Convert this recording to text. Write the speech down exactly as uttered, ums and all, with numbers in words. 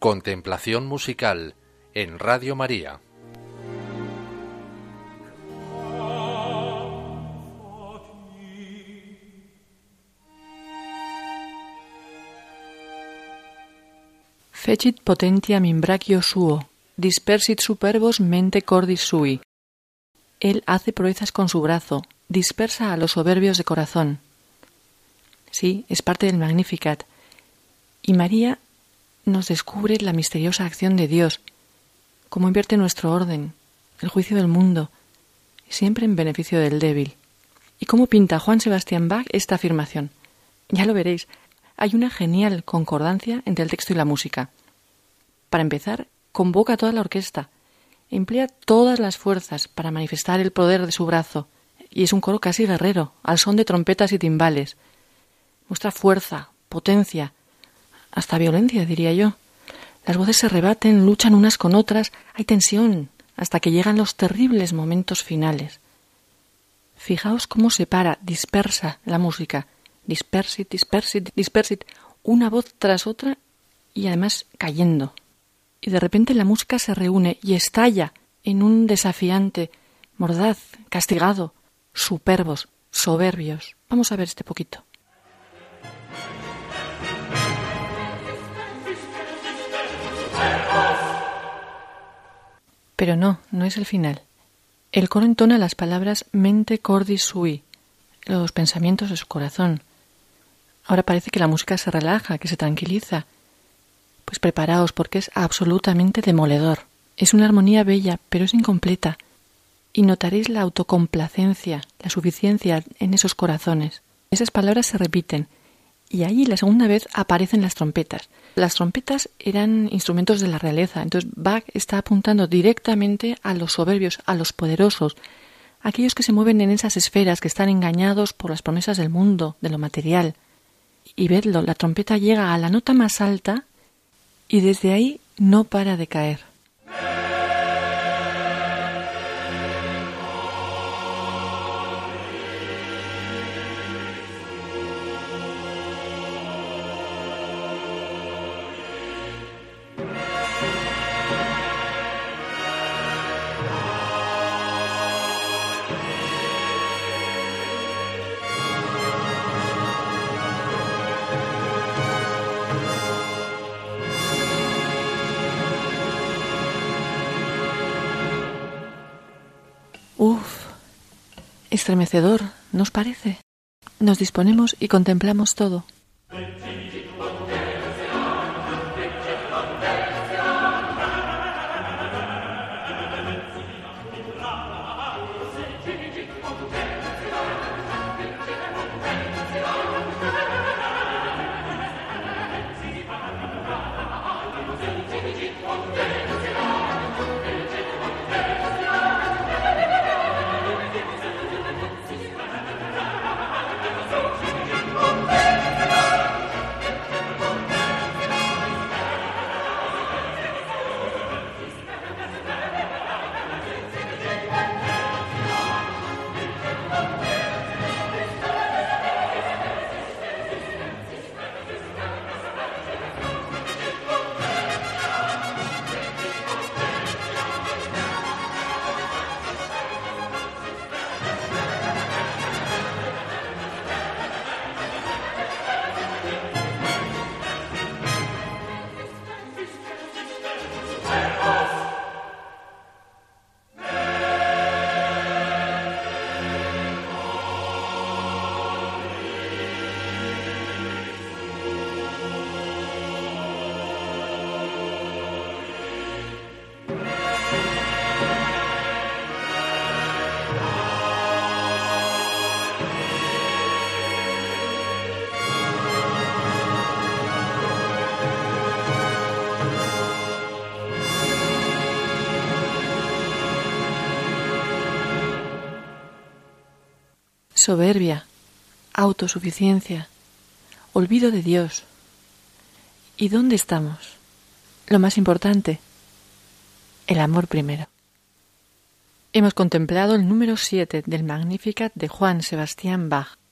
Contemplación musical en Radio María. Fecit potentiam in brachio suo, dispersit superbos mente cordis sui. Él hace proezas con su brazo, dispersa a los soberbios de corazón. Sí, es parte del Magnificat. Y María nos descubre la misteriosa acción de Dios, cómo invierte nuestro orden, el juicio del mundo, siempre en beneficio del débil. Y cómo pinta Juan Sebastián Bach esta afirmación. Ya lo veréis, hay una genial concordancia entre el texto y la música. Para empezar, convoca a toda la orquesta, emplea todas las fuerzas para manifestar el poder de su brazo, y es un coro casi guerrero, al son de trompetas y timbales. Muestra fuerza, potencia, hasta violencia, diría yo. Las voces se rebaten, luchan unas con otras, hay tensión, hasta que llegan los terribles momentos finales. Fijaos cómo separa, dispersa la música, dispersit, dispersit, dispersit, una voz tras otra y además cayendo. Y de repente la música se reúne y estalla en un desafiante, mordaz, castigado, superbos, soberbios. Vamos a ver este poquito. Pero no, no es el final. El coro entona las palabras mente cordis sui, los pensamientos de su corazón. Ahora parece que la música se relaja, que se tranquiliza. Pues preparaos, porque es absolutamente demoledor. Es una armonía bella, pero es incompleta. Y notaréis la autocomplacencia, la suficiencia en esos corazones. Esas palabras se repiten. Y ahí la segunda vez aparecen las trompetas. Las trompetas eran instrumentos de la realeza. Entonces Bach está apuntando directamente a los soberbios, a los poderosos, aquellos que se mueven en esas esferas, que están engañados por las promesas del mundo, de lo material. Y vedlo, la trompeta llega a la nota más alta y desde ahí no para de caer. Uf, estremecedor, ¿no os parece? Nos disponemos y contemplamos todo. Soberbia, autosuficiencia, olvido de Dios. ¿Y dónde estamos? Lo más importante, el amor primero. Hemos contemplado el número siete del Magnificat de Juan Sebastián Bach.